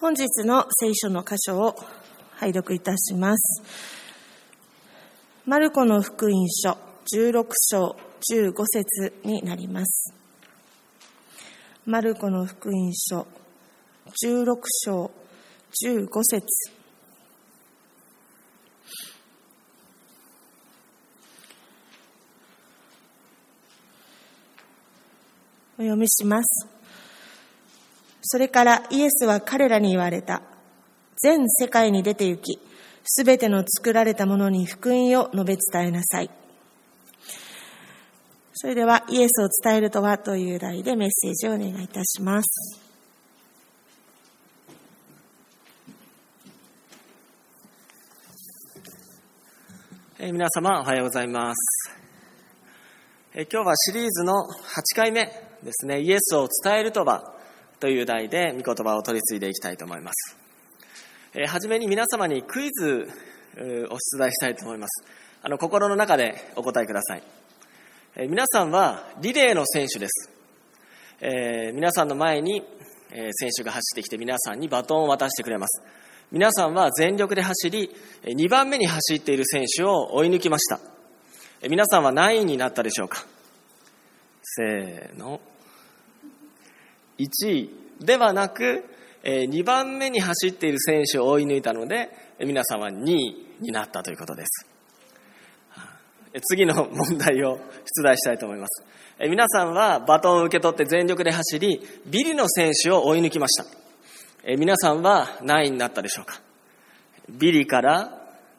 本日の聖書の箇所を拝読いたします。マルコの福音書16章15節になります。マルコの福音書16章15節。お読みします。それからイエスは彼らに言われた。全世界に出て行き、すべての作られたものに福音を述べ伝えなさい。それではイエスを伝えるとはという題でメッセージをお願いいたします。 皆様おはようございます。今日はシリーズの8回目ですね。イエスを伝えるとはという題で御言葉を取り継いでいきたいと思います。はじめに皆様にクイズを出題したいと思います。心の中でお答えください。皆さんはリレーの選手です。皆さんの前に選手が走ってきて皆さんにバトンを渡してくれます。皆さんは全力で走り、2番目に走っている選手を追い抜きました。皆さんは何位になったでしょうか？せーの。1位ではなく、2番目に走っている選手を追い抜いたので、皆さんは2位になったということです。次の問題を出題したいと思います。皆さんはバトンを受け取って全力で走り、ビリの選手を追い抜きました。皆さんは何位になったでしょうか？ビリから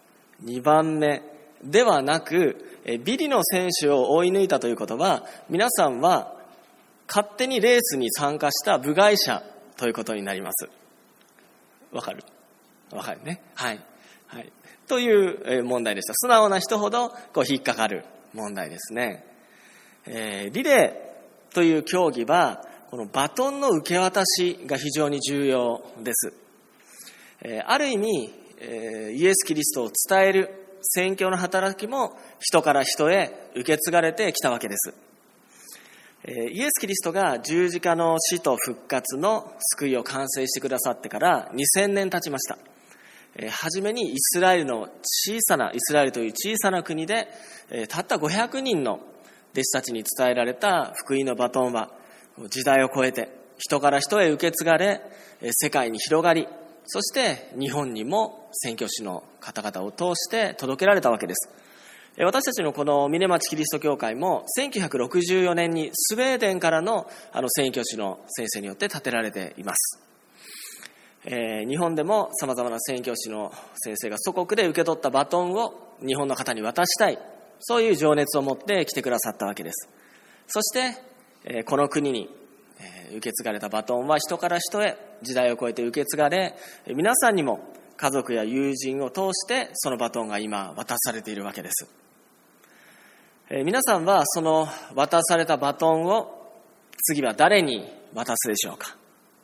2番目ではなく、ビリの選手を追い抜いたということは、皆さんは勝手にレースに参加した部外者ということになります。わかるね。はい。という問題でした。素直な人ほど引っかかる問題ですね。リレーという競技は、このバトンの受け渡しが非常に重要です。ある意味、イエス・キリストを伝える宣教の働きも人から人へ受け継がれてきたわけです。イエス・キリストが十字架の死と復活の救いを完成してくださってから2000年経ちました。はじめにイスラエルという小さな国で、たった500人の弟子たちに伝えられた福音のバトンは時代を超えて人から人へ受け継がれ、世界に広がり、そして日本にも宣教師の方々を通して届けられたわけです。私たちのこの峰町キリスト教会も1964年にスウェーデンからの宣教師の先生によって建てられています。日本でも様々な宣教師の先生が祖国で受け取ったバトンを日本の方に渡したい、そういう情熱を持って来てくださったわけです。そしてこの国に受け継がれたバトンは人から人へ時代を超えて受け継がれ、皆さんにも家族や友人を通してそのバトンが今渡されているわけです。皆さんはその渡されたバトンを次は誰に渡すでしょうか？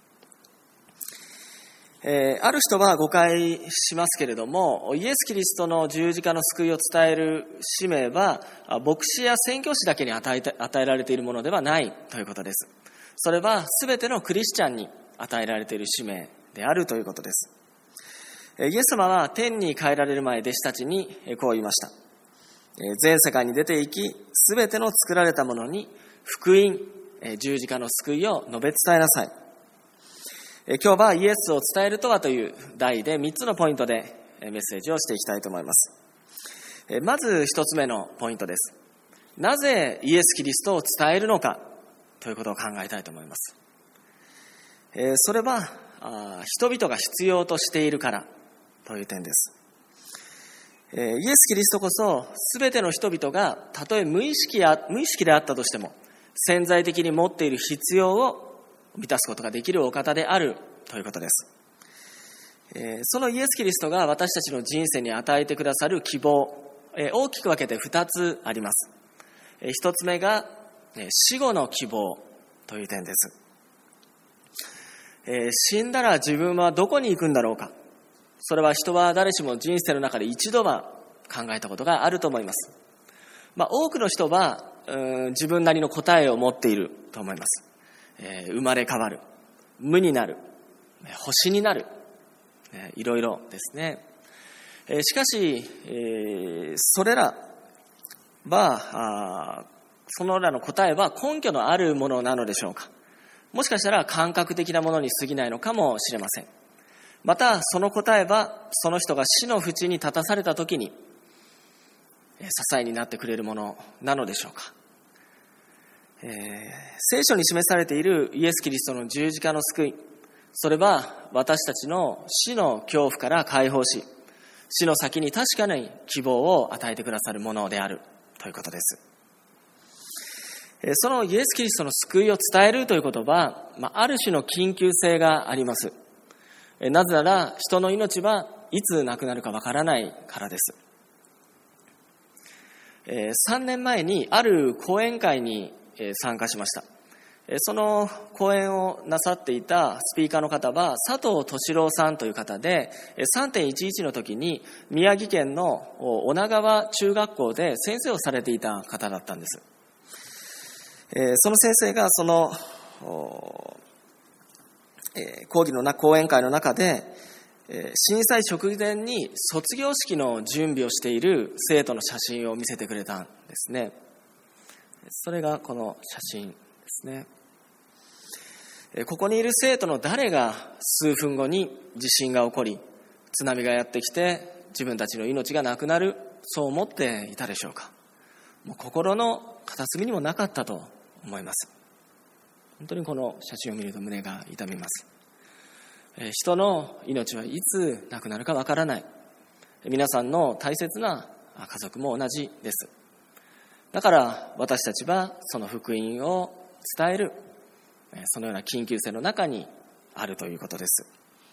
ある人は誤解しますけれども、イエス・キリストの十字架の救いを伝える使命は牧師や宣教師だけに与えられているものではないということです。それは全てのクリスチャンに与えられている使命であるということです。イエス様は天に帰られる前、弟子たちにこう言いました。全世界に出て行き、すべての作られたものに福音、十字架の救いを述べ伝えなさい。今日はイエスを伝えるとはという題で3つのポイントでメッセージをしていきたいと思います。まず1つ目のポイントです。なぜイエス・キリストを伝えるのかということを考えたいと思います。それは人々が必要としているからという点です。イエス・キリストこそ全ての人々がたとえ無意識であったとしても潜在的に持っている必要を満たすことができるお方であるということです。そのイエス・キリストが私たちの人生に与えてくださる希望、大きく分けて2つあります。1つ目が死後の希望という点です。死んだら自分はどこに行くんだろうか。それは人は誰しも人生の中で一度は考えたことがあると思います。多くの人は自分なりの答えを持っていると思います。生まれ変わる、無になる、 星になる、いろいろですね。しかし、それらは、そのらの答えは根拠のあるものなのでしょうか。もしかしたら感覚的なものに過ぎないのかもしれません。また、その答えは、その人が死の淵に立たされたときに、支えになってくれるものなのでしょうか。聖書に示されているイエス・キリストの十字架の救い、それは私たちの死の恐怖から解放し、死の先に確かに希望を与えてくださるものであるということです。そのイエス・キリストの救いを伝えるということは、ある種の緊急性があります。なぜなら人の命はいつ亡くなるかわからないからです。3年前にある講演会に参加しました。その講演をなさっていたスピーカーの方は佐藤俊郎さんという方で、 3.11 の時に宮城県の女川中学校で先生をされていた方だったんです。その先生がその講演会の中で、震災直前に卒業式の準備をしている生徒の写真を見せてくれたんですね。それがこの写真ですね。ここにいる生徒の誰が数分後に地震が起こり、津波がやってきて自分たちの命がなくなる、そう思っていたでしょうか。もう心の片隅にもなかったと思います。本当にこの写真を見ると胸が痛みます。人の命はいつ亡くなるかわからない。皆さんの大切な家族も同じです。だから私たちはその福音を伝える、そのような緊急性の中にあるということです。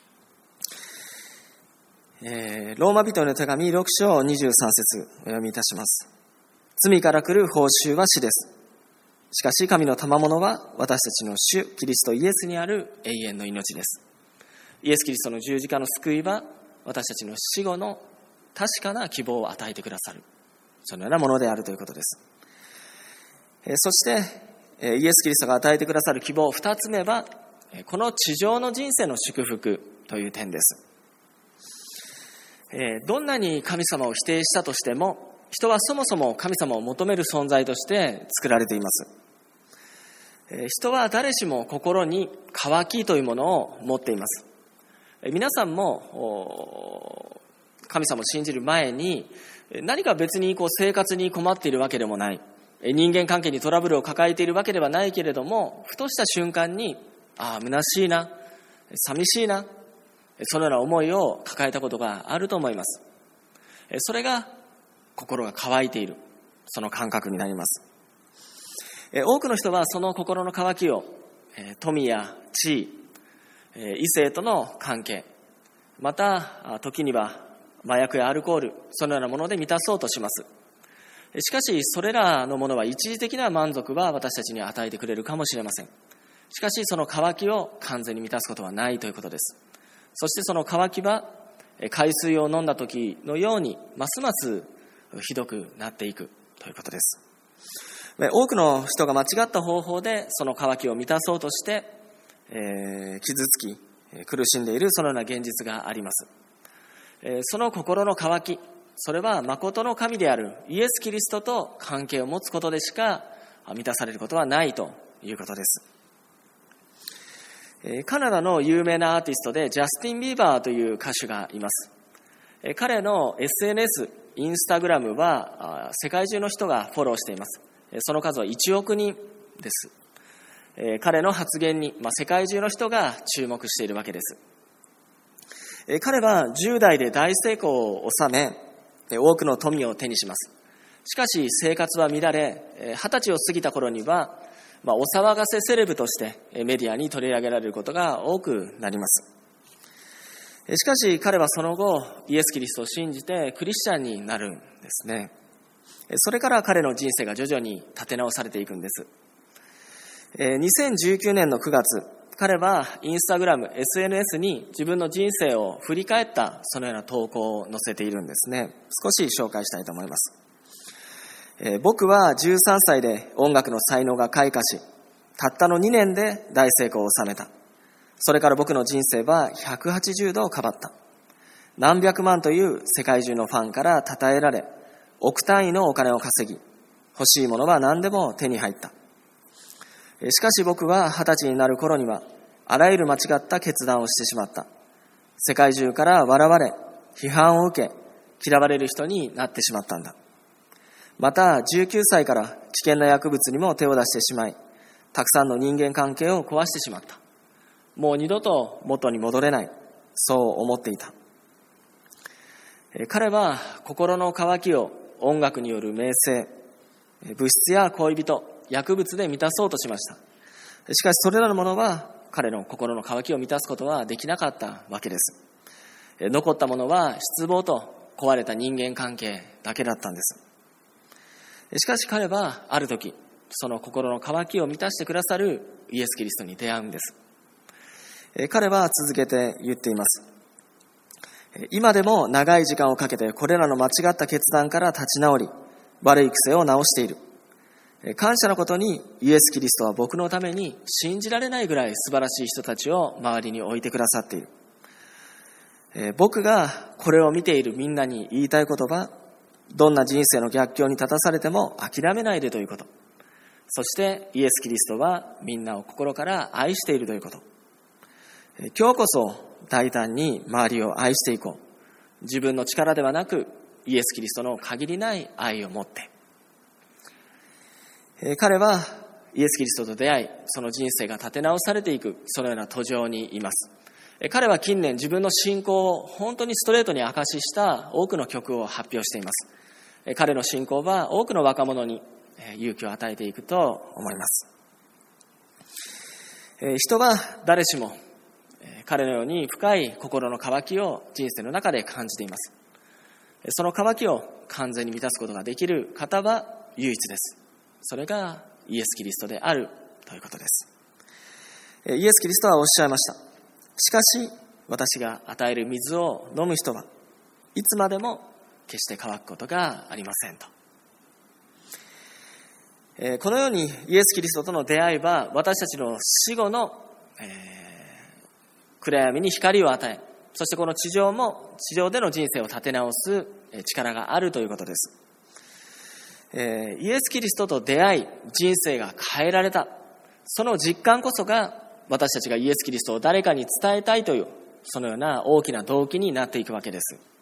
ローマ人への手紙6章23節お読みいたします。罪から来る報酬は死です。しかし神の賜物は私たちの主キリストイエスにある永遠の命です。イエス・キリストの十字架の救いは私たちの死後の確かな希望を与えてくださる、そのようなものであるということです。そしてイエス・キリストが与えてくださる希望2つ目は、この地上の人生の祝福という点です。どんなに神様を否定したとしても、人はそもそも神様を求める存在として作られています。人は誰しも心に渇きというものを持っています。皆さんも神様を信じる前に何か別に生活に困っているわけでもない、人間関係にトラブルを抱えているわけではないけれども、ふとした瞬間に虚しいな、寂しいな、そのような思いを抱えたことがあると思います。それが心が渇いている、その感覚になります。多くの人はその心の渇きを富や地位、異性との関係、また時には麻薬やアルコール、そのようなもので満たそうとします。しかしそれらのものは一時的な満足は私たちに与えてくれるかもしれません。しかしその渇きを完全に満たすことはないということです。そしてその渇きは海水を飲んだ時のようにますますひどくなっていくということです。多くの人が間違った方法でその渇きを満たそうとして傷つき苦しんでいる、そのような現実があります。その心の渇き、それは誠の神であるイエス・キリストと関係を持つことでしか満たされることはないということです。カナダの有名なアーティストでジャスティン・ビーバーという歌手がいます。彼の SNS、インスタグラムは世界中の人がフォローしています。その数は1億人です。彼の発言に、世界中の人が注目しているわけです。彼は10代で大成功を収め、多くの富を手にします。しかし生活は乱れ、20歳を過ぎた頃には、お騒がせセレブとしてメディアに取り上げられることが多くなります。しかし彼はその後、イエス・キリストを信じてクリスチャンになるんですね。それから彼の人生が徐々に立て直されていくんです。2019年の9月、彼はインスタグラム、SNS に自分の人生を振り返ったそのような投稿を載せているんですね。少し紹介したいと思います。僕は13歳で音楽の才能が開花し、たったの2年で大成功を収めた。 それから僕の人生は180度変わった。何百万という世界中のファンから称えられ、億単位のお金を稼ぎ、欲しいものは何でも手に入った。しかし僕は20歳になる頃には、あらゆる間違った決断をしてしまった。世界中から笑われ、批判を受け、嫌われる人になってしまったんだ。また、19歳から危険な薬物にも手を出してしまい、たくさんの人間関係を壊してしまった。もう二度と元に戻れない、そう思っていた。彼は心の渇きを音楽による名声、物質や恋人、薬物で満たそうとしました。しかしそれらのものは彼の心の渇きを満たすことはできなかったわけです。残ったものは失望と壊れた人間関係だけだったんです。しかし彼はある時、その心の渇きを満たしてくださるイエス・キリストに出会うんです。彼は続けて言っています。今でも長い時間をかけてこれらの間違った決断から立ち直り、悪い癖を直している。感謝のことにイエス・キリストは僕のために信じられないぐらい素晴らしい人たちを周りに置いてくださっている。僕がこれを見ているみんなに言いたい言葉、どんな人生の逆境に立たされても諦めないでということ。そしてイエス・キリストはみんなを心から愛しているということ。今日こそ大胆に周りを愛していこう。自分の力ではなくイエス・キリストの限りない愛を持って。彼はイエス・キリストと出会い、その人生が立て直されていく、そのような途上にいます。彼は近年自分の信仰を本当にストレートに証しした多くの曲を発表しています。彼の信仰は多くの若者に勇気を与えていくと思います。人は誰しも彼のように深い心の渇きを人生の中で感じています。その渇きを完全に満たすことができる方は唯一です。それがイエス・キリストであるということです。イエス・キリストはおっしゃいました。しかし私が与える水を飲む人はいつまでも決して乾くことがありませんと。このようにイエス・キリストとの出会いは私たちの死後の、暗闇に光を与え、そしてこの地上での人生を立て直す力があるということです。イエス・キリストと出会い人生が変えられた、その実感こそが私たちがイエス・キリストを誰かに伝えたいというそのような大きな動機になっていくわけです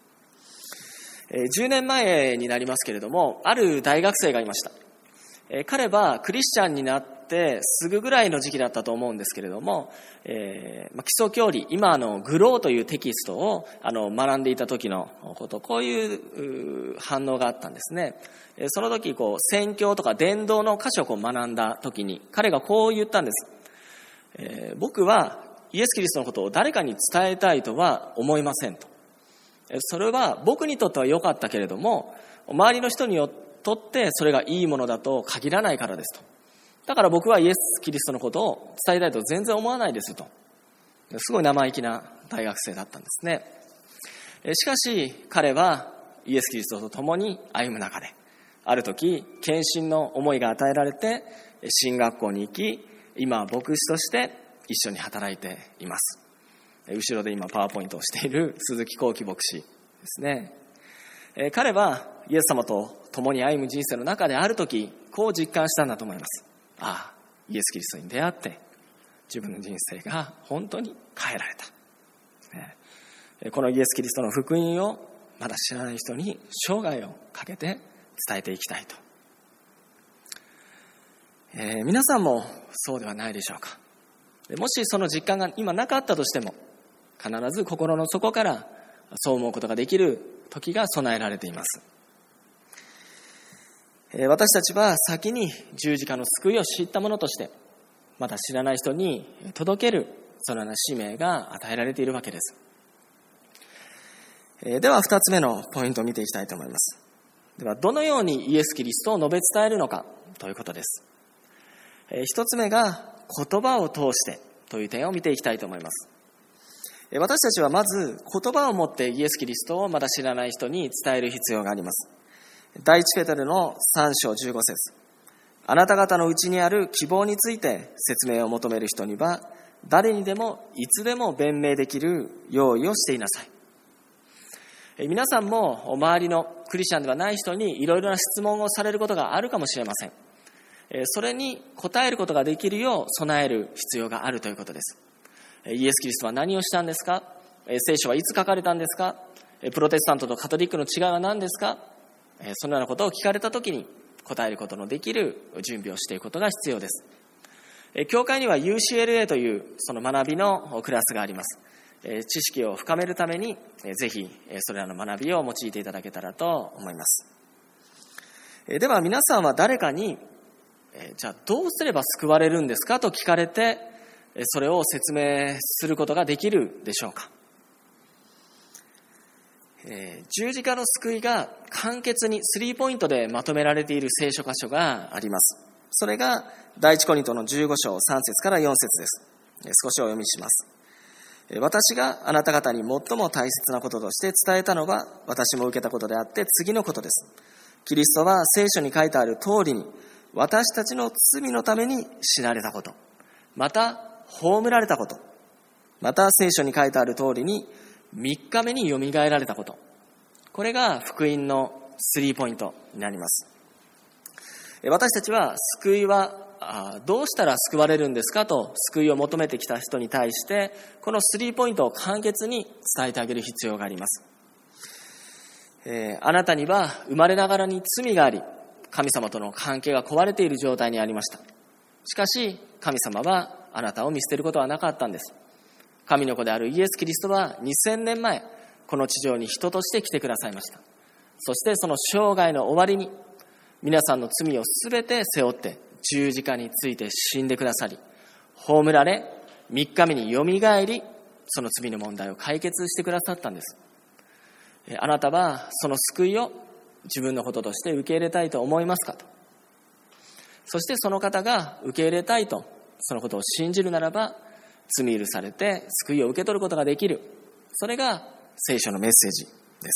。10年前になりますけれども、ある大学生がいました。彼はクリスチャンになってすぐぐらいの時期だったと思うんですけれども、基礎教理、今グローというテキストを学んでいた時のこと、こういう反応があったんですね。その時宣教とか伝道の箇所を学んだ時に彼がこう言ったんです。僕はイエス・キリストのことを誰かに伝えたいとは思いませんと。それは僕にとっては良かったけれども、周りの人にとってそれがいいものだと限らないからですと。だから僕はイエス・キリストのことを伝えたいと全然思わないですと。すごい生意気な大学生だったんですね。しかし彼はイエス・キリストと共に歩む中で、ある時献身の思いが与えられて神学校に行き、今は牧師として一緒に働いています。後ろで今パワーポイントをしている鈴木幸喜牧師ですね。彼はイエス様と共に歩む人生の中である時こう実感したんだと思います。ああ、イエス・キリストに出会って自分の人生が本当に変えられた。このイエス・キリストの福音をまだ知らない人に生涯をかけて伝えていきたいと。皆さんもそうではないでしょうか。もしその実感が今なかったとしても、必ず心の底からそう思うことができる時が備えられています。私たちは先に十字架の救いを知ったものとして、まだ知らない人に届けるそのような使命が与えられているわけです。では2つ目のポイントを見ていきたいと思います。ではどのようにイエス・キリストを述べ伝えるのかということです。1つ目が言葉を通してという点を見ていきたいと思います。私たちはまず言葉を持ってイエス・キリストをまだ知らない人に伝える必要があります。第一ペテロの3章15節、あなた方のうちにある希望について説明を求める人には誰にでもいつでも弁明できる用意をしていなさい。皆さんも周りのクリスチャンではない人にいろいろな質問をされることがあるかもしれません。それに答えることができるよう備える必要があるということです。イエス・キリストは何をしたんですか？聖書はいつ書かれたんですか？プロテスタントとカトリックの違いは何ですか？そのようなことを聞かれたときに答えることのできる準備をしていくことが必要です。教会には UCLA というその学びのクラスがあります。知識を深めるためにぜひそれらの学びを用いていただけたらと思います。では皆さんは誰かにじゃあどうすれば救われるんですかと聞かれてそれを説明することができるでしょうか？十字架の救いが簡潔に3ポイントでまとめられている聖書箇所があります。それが第一コリントの15章3節から4節です。少しお読みします。私があなた方に最も大切なこととして伝えたのは私も受けたことであって次のことです。キリストは聖書に書いてある通りに私たちの罪のために死なれたこと、また葬られたこと、また聖書に書いてある通りに3日目によみがえられたこと、これが福音の3ポイントになります。私たちは救いはどうしたら救われるんですかと救いを求めてきた人に対してこの3ポイントを簡潔に伝えてあげる必要があります。あなたには生まれながらに罪があり神様との関係が壊れている状態にありました。しかし神様はあなたを見捨てることはなかったんです。神の子であるイエス・キリストは2000年前この地上に人として来てくださいました。そしてその生涯の終わりに皆さんの罪をすべて背負って十字架について死んでくださり、葬られ3日目によみがえりその罪の問題を解決してくださったんです。あなたはその救いを自分のこととして受け入れたいと思いますかと。そしてその方が受け入れたいとそのことを信じるならば罪許されて救いを受け取ることができる。それが聖書のメッセージです。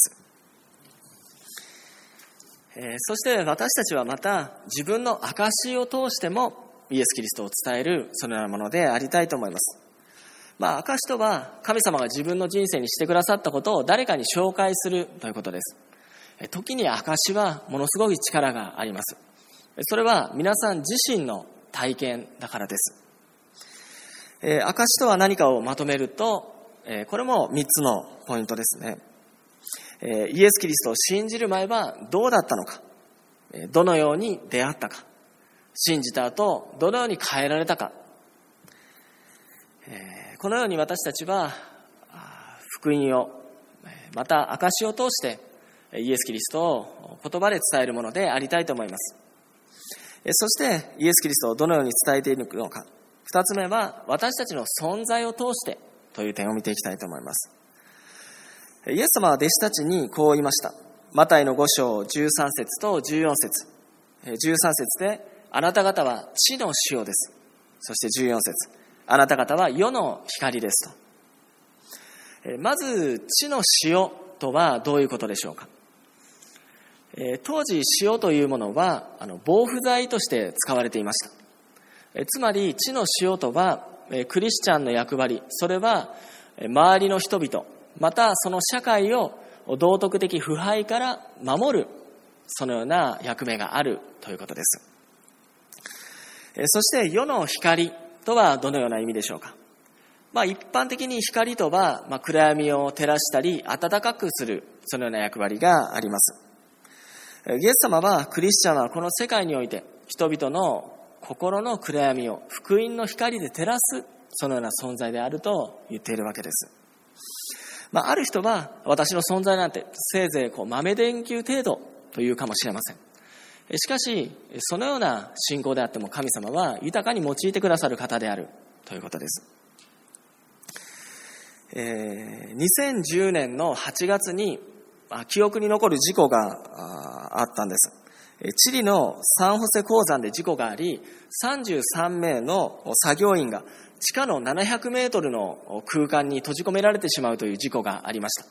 そして私たちはまた自分の証を通してもイエス・キリストを伝えるそのようなものでありたいと思います。証とは神様が自分の人生にしてくださったことを誰かに紹介するということです。時に証はものすごい力があります。それは皆さん自身の体験だからです。証とは何かをまとめると、これも3つのポイントですね。イエス・キリストを信じる前はどうだったのか、どのように出会ったか、信じた後どのように変えられたか、このように私たちは福音をまた証を通してイエス・キリストを言葉で伝えるものでありたいと思います。そしてイエス・キリストをどのように伝えていくのか、2つ目は私たちの存在を通してという点を見ていきたいと思います。イエス様は弟子たちにこう言いました。マタイの5章13節と14節。13節であなた方は地の塩です。そして14節、あなた方は世の光ですと。まず地の塩とはどういうことでしょうか。当時塩というものは防腐剤として使われていました。つまり地の塩とはクリスチャンの役割、それは周りの人々またその社会を道徳的腐敗から守る、そのような役目があるということです。そして世の光とはどのような意味でしょうか。一般的に光とは暗闇を照らしたり暖かくする、そのような役割があります。イエス様はクリスチャンはこの世界において人々の心の暗闇を福音の光で照らす、そのような存在であると言っているわけです。ある人は私の存在なんてせいぜい豆電球程度というかもしれません。しかしそのような信仰であっても神様は豊かに用いてくださる方であるということです。2010年の8月に記憶に残る事故があったんです。チリのサンホセ鉱山で事故があり、33名の作業員が地下の700メートルの空間に閉じ込められてしまうという事故がありました。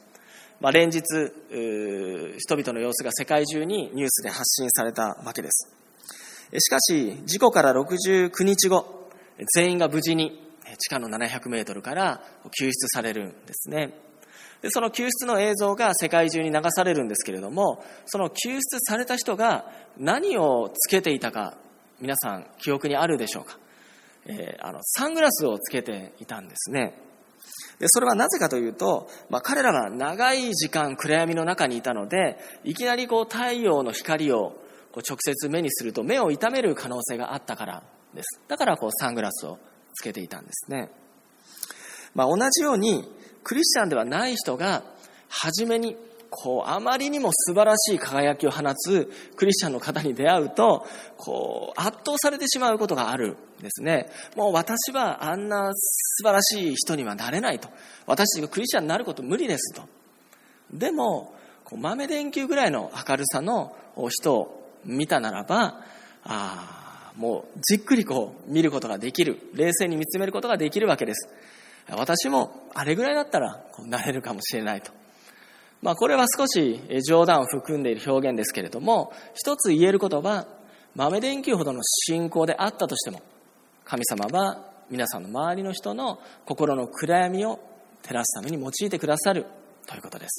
連日人々の様子が世界中にニュースで発信されたわけです。しかし事故から69日後、全員が無事に地下の700メートルから救出されるんですね。で、その救出の映像が世界中に流されるんですけれども、その救出された人が何をつけていたか、皆さん記憶にあるでしょうか。サングラスをつけていたんですね。で、それはなぜかというと、彼らは長い時間暗闇の中にいたので、いきなり太陽の光を直接目にすると目を痛める可能性があったからです。だからサングラスをつけていたんですね。同じようにクリスチャンではない人が初めにあまりにも素晴らしい輝きを放つクリスチャンの方に出会うと圧倒されてしまうことがあるんですね。もう私はあんな素晴らしい人にはなれないと、私がクリスチャンになること無理ですと。でも豆電球ぐらいの明るさの人を見たならば、もうじっくり見ることができる、冷静に見つめることができるわけです。私もあれぐらいだったらなれるかもしれないと。これは少し冗談を含んでいる表現ですけれども、一つ言えることは、豆電球ほどの信仰であったとしても、神様は皆さんの周りの人の心の暗闇を照らすために用いてくださるということです。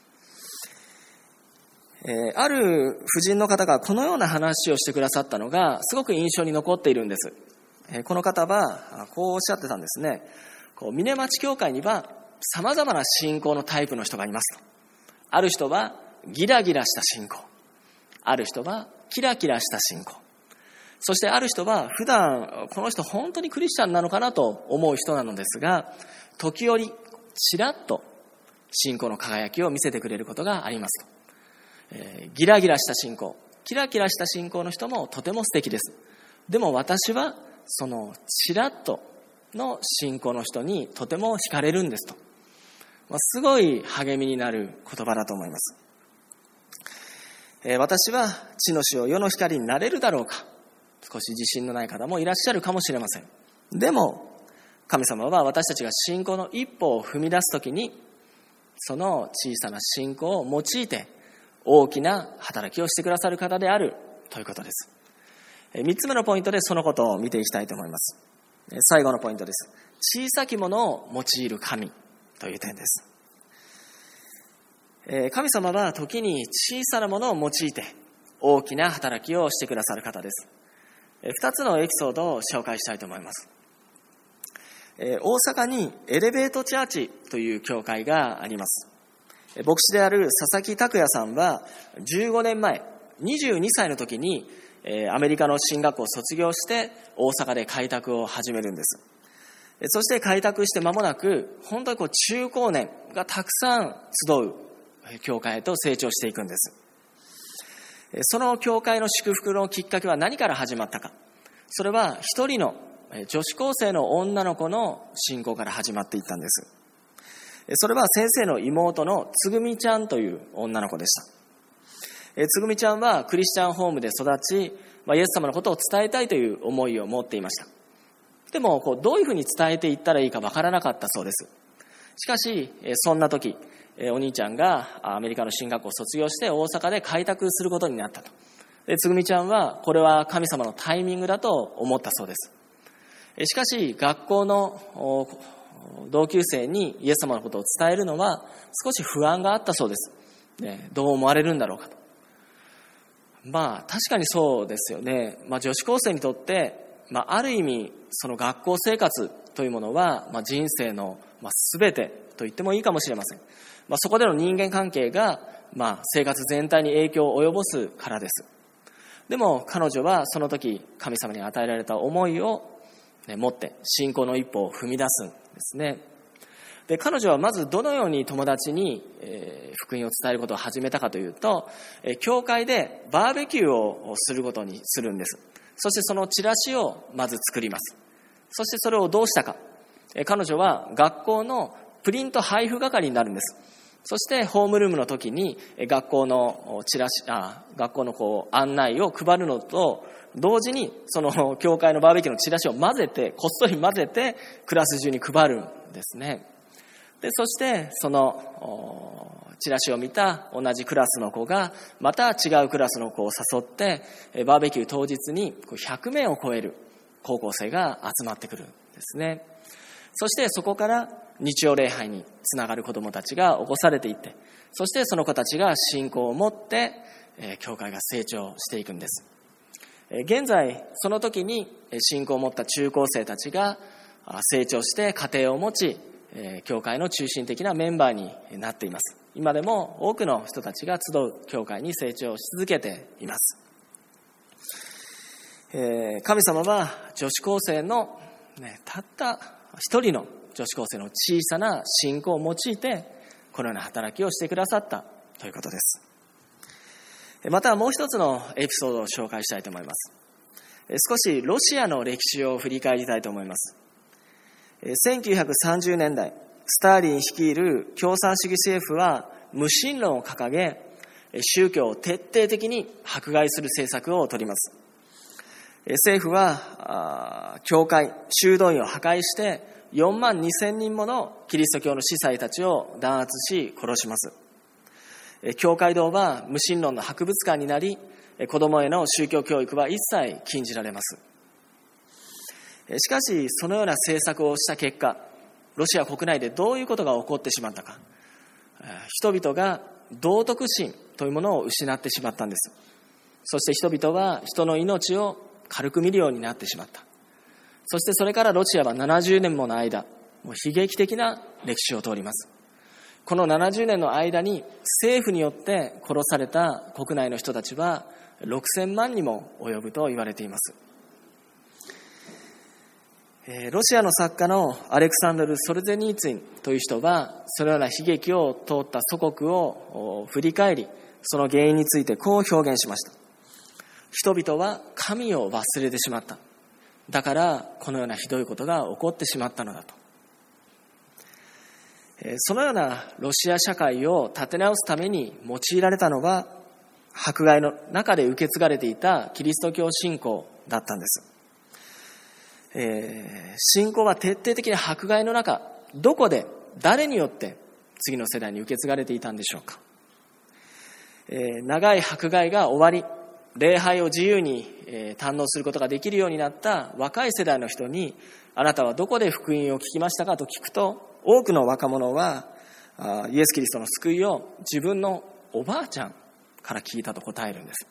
ある婦人の方がこのような話をしてくださったのがすごく印象に残っているんです。この方はこうおっしゃってたんですね。峰町教会には様々な信仰のタイプの人がいますと。ある人はギラギラした信仰、ある人はキラキラした信仰、そしてある人は普段この人本当にクリスチャンなのかなと思う人なのですが、時折ちらっと信仰の輝きを見せてくれることがありますと。ギラギラした信仰、キラキラした信仰の人もとても素敵です。でも私はそのちらっとの信仰の人にとても惹かれるんですと。すごい励みになる言葉だと思います。私は地の塩、世の光になれるだろうか。少し自信のない方もいらっしゃるかもしれません。でも神様は私たちが信仰の一歩を踏み出すときに、その小さな信仰を用いて大きな働きをしてくださる方であるということです。3つ目のポイントでそのことを見ていきたいと思います。最後のポイントです。小さきものを用いる神という点です。神様は時に小さなものを用いて大きな働きをしてくださる方です。2つのエピソードを紹介したいと思います。大阪にエレベートチャーチという教会があります。牧師である佐々木拓也さんは15年前、22歳の時にアメリカの進学校を卒業して大阪で開拓を始めるんです。そして開拓して間もなく、本当に中高年がたくさん集う教会へと成長していくんです。その教会の祝福のきっかけは何から始まったか。それは一人の女子高生の女の子の信仰から始まっていったんです。それは先生の妹のつぐみちゃんという女の子でした。つぐみちゃんはクリスチャンホームで育ち、イエス様のことを伝えたいという思いを持っていました。でもどういうふうに伝えていったらいいかわからなかったそうです。しかしそんな時、お兄ちゃんがアメリカの進学校を卒業して大阪で開拓することになったと。で、つぐみちゃんはこれは神様のタイミングだと思ったそうです。しかし学校の同級生にイエス様のことを伝えるのは少し不安があったそうです。どう思われるんだろうかと。確かにそうですよね。女子高生にとって、ある意味その学校生活というものは、人生の全てと言ってもいいかもしれません。そこでの人間関係が、生活全体に影響を及ぼすからです。でも彼女はその時神様に与えられた思いを持って信仰の一歩を踏み出すんですね。で、彼女はまずどのように友達に福音を伝えることを始めたかというと、教会でバーベキューをすることにするんです。そしてそのチラシをまず作ります。そしてそれをどうしたか。彼女は学校のプリント配布係になるんです。そしてホームルームの時に学校の学校の案内を配るのと同時に、その教会のバーベキューのチラシをこっそり混ぜてクラス中に配るんですね。で、そしてそのチラシを見た同じクラスの子がまた違うクラスの子を誘ってバーベキュー当日に100名を超える高校生が集まってくるんですね。そしてそこから日曜礼拝につながる子どもたちが起こされていって、そしてその子たちが信仰を持って教会が成長していくんです。現在その時に信仰を持った中高生たちが成長して家庭を持ち、教会の中心的なメンバーになっています。今でも多くの人たちが集う教会に成長し続けています。神様は女子高生の、たった一人の女子高生の小さな信仰を用いてこのような働きをしてくださったということです。またもう一つのエピソードを紹介したいと思います。少しロシアの歴史を振り返りたいと思います。1930年代、スターリン率いる共産主義政府は無神論を掲げ、宗教を徹底的に迫害する政策を取ります。政府は教会、修道院を破壊して4万2000人ものキリスト教の司祭たちを弾圧し殺します。教会堂は無神論の博物館になり、子供への宗教教育は一切禁じられます。しかしそのような政策をした結果、ロシア国内でどういうことが起こってしまったか。人々が道徳心というものを失ってしまったんです。そして人々は人の命を軽く見るようになってしまった。そしてそれからロシアは70年もの間、もう悲劇的な歴史を通ります。この70年の間に政府によって殺された国内の人たちは6000万にも及ぶと言われています。ロシアの作家のアレクサンドル・ソルジェニーツィンという人は、そのような悲劇を通った祖国を振り返り、その原因についてこう表現しました。人々は神を忘れてしまった。だからこのようなひどいことが起こってしまったのだと。そのようなロシア社会を立て直すために用いられたのは、迫害の中で受け継がれていたキリスト教信仰だったんです。信仰は徹底的な迫害の中、どこで誰によって次の世代に受け継がれていたんでしょうか。長い迫害が終わり、礼拝を自由に堪能することができるようになった若い世代の人に、あなたはどこで福音を聞きましたかと聞くと、多くの若者はイエス・キリストの救いを自分のおばあちゃんから聞いたと答えるんです。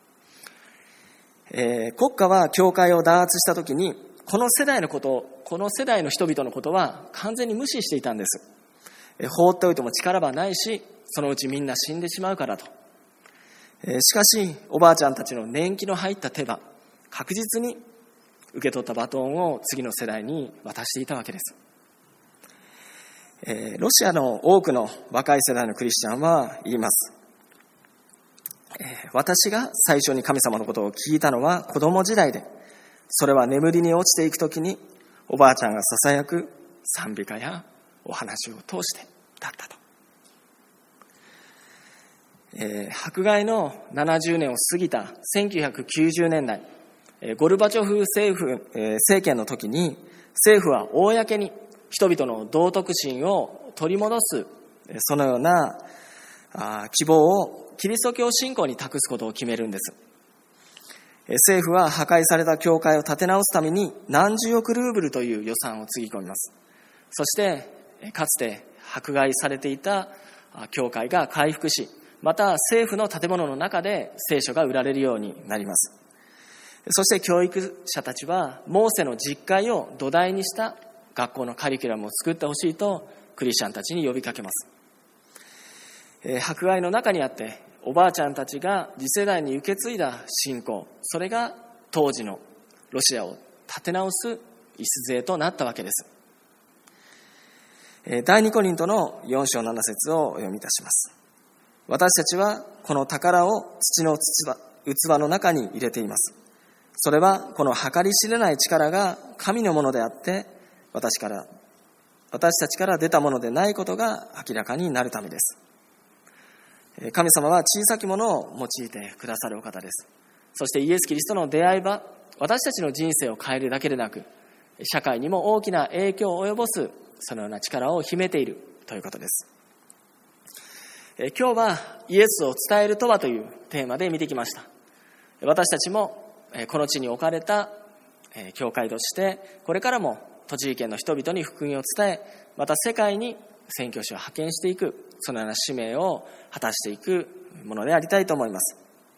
国家は教会を弾圧したときに、この世代の人々のことは完全に無視していたんです。放っておいても力はないし、そのうちみんな死んでしまうからと。しかしおばあちゃんたちの年季の入った手は確実に受け取ったバトンを次の世代に渡していたわけです。ロシアの多くの若い世代のクリスチャンは言います。私が最初に神様のことを聞いたのは子供時代で、それは眠りに落ちていくときにおばあちゃんがささやく賛美歌やお話を通してだったと。迫害の70年を過ぎた1990年代、ゴルバチョフ政権の時に、政府は公に人々の道徳心を取り戻す、そのような希望をキリスト教信仰に託すことを決めるんです。政府は破壊された教会を立て直すために何十億ルーブルという予算をつぎ込みます。そしてかつて迫害されていた教会が回復し、また政府の建物の中で聖書が売られるようになります。そして教育者たちはモーセの実会を土台にした学校のカリキュラムを作ってほしいとクリスチャンたちに呼びかけます。迫害の中にあっておばあちゃんたちが次世代に受け継いだ信仰、それが当時のロシアを立て直す礎となったわけです。第2コリントの4章7節をお読みいたします。私たちはこの宝を土の器の中に入れています。それはこの計り知れない力が神のものであって、私たちから出たものでないことが明らかになるためです。神様は小さきものを用いてくださるお方です。そしてイエス・キリストの出会いは私たちの人生を変えるだけでなく、社会にも大きな影響を及ぼす、そのような力を秘めているということです。今日はイエスを伝えるとはというテーマで見てきました。私たちもこの地に置かれた教会として、これからも栃木県の人々に福音を伝え、また世界に宣教師を派遣していく、そのような使命を果たしていくものでありたいと思います。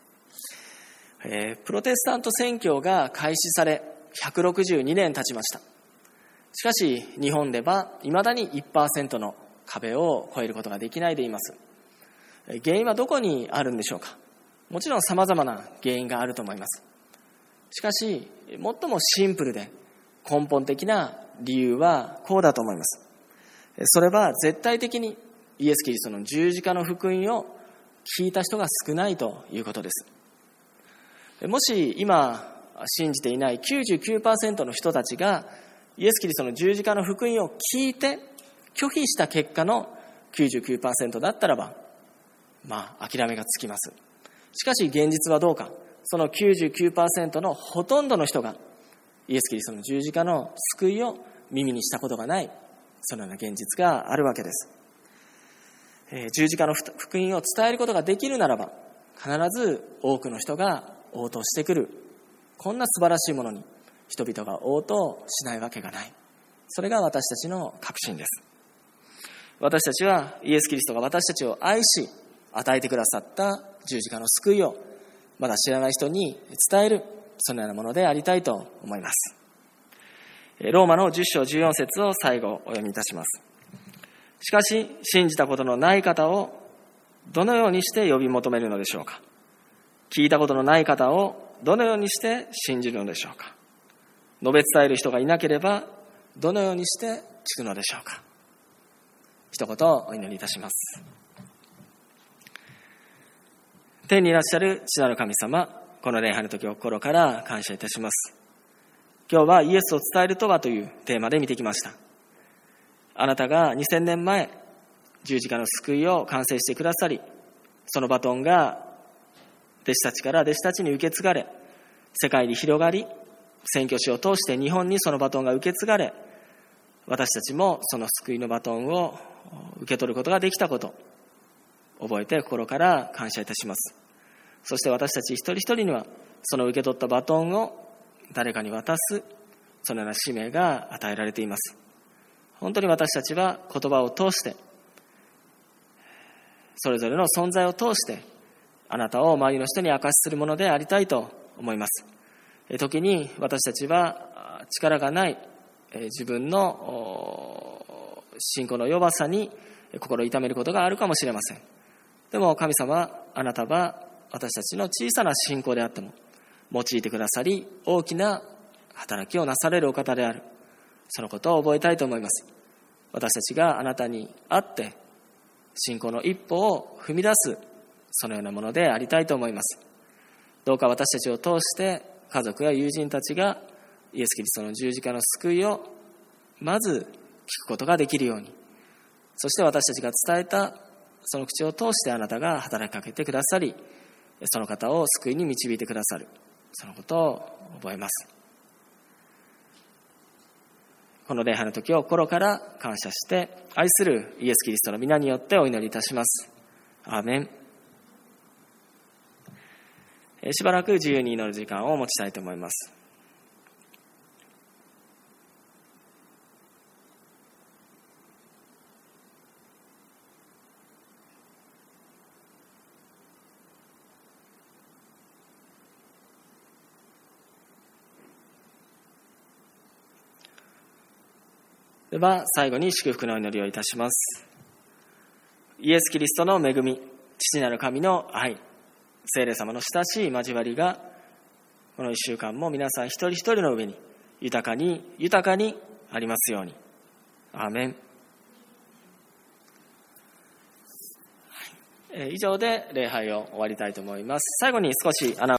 プロテスタント宣教が開始され162年経ちました。しかし日本では未だに 1% の壁を越えることができないでいます。原因はどこにあるんでしょうか。もちろん様々な原因があると思います。しかし最もシンプルで根本的な理由はこうだと思います。それは絶対的にイエス・キリストの十字架の福音を聞いた人が少ないということです。もし今信じていない 99% の人たちがイエス・キリストの十字架の福音を聞いて拒否した結果の 99% だったらば、諦めがつきます。しかし現実はどうか。その 99% のほとんどの人がイエス・キリストの十字架の救いを耳にしたことがない、そのような現実があるわけです。十字架の福音を伝えることができるならば、必ず多くの人が応答してくる。こんな素晴らしいものに人々が応答しないわけがない。それが私たちの確信です。私たちはイエス・キリストが私たちを愛し与えてくださった十字架の救いをまだ知らない人に伝える、そのようなものでありたいと思います。ローマの10章14節を最後お読みいたします。しかし信じたことのない方をどのようにして呼び求めるのでしょうか。聞いたことのない方をどのようにして信じるのでしょうか。述べ伝える人がいなければどのようにして聞くのでしょうか。一言お祈りいたします。天にいらっしゃる父なる神様、この礼拝の時を心から感謝いたします。今日はイエスを伝えるとはというテーマで見てきました。あなたが2000年前十字架の救いを完成してくださり、そのバトンが弟子たちから弟子たちに受け継がれ、世界に広がり、宣教師を通して日本にそのバトンが受け継がれ、私たちもその救いのバトンを受け取ることができたこと、覚えて心から感謝いたします。そして私たち一人一人にはその受け取ったバトンを誰かに渡す、そのような使命が与えられています。本当に私たちは言葉を通して、それぞれの存在を通してあなたを周りの人に明かしするものでありたいと思います。時に私たちは力がない自分の信仰の弱さに心痛めることがあるかもしれません。でも神様、あなたは私たちの小さな信仰であっても用いてくださり、大きな働きをなされるお方である。そのことを覚えたいと思います。私たちがあなたに会って信仰の一歩を踏み出す、そのようなものでありたいと思います。どうか私たちを通して家族や友人たちがイエス・キリストの十字架の救いをまず聞くことができるように、そして私たちが伝えたその口を通してあなたが働きかけてくださり、その方を救いに導いてくださる、そのことを覚えます。この礼拝の時を心から感謝して愛するイエス・キリストの皆によってお祈りいたします。アーメン。しばらく自由に祈る時間を持ちたいと思います。では最後に祝福の祈りをいたします。イエス・キリストの恵み、父なる神の愛、聖霊様の親しい交わりがこの1週間も皆さん一人一人の上に豊かにありますように。アーメン。以上で礼拝を終わりたいと思います。最後に少し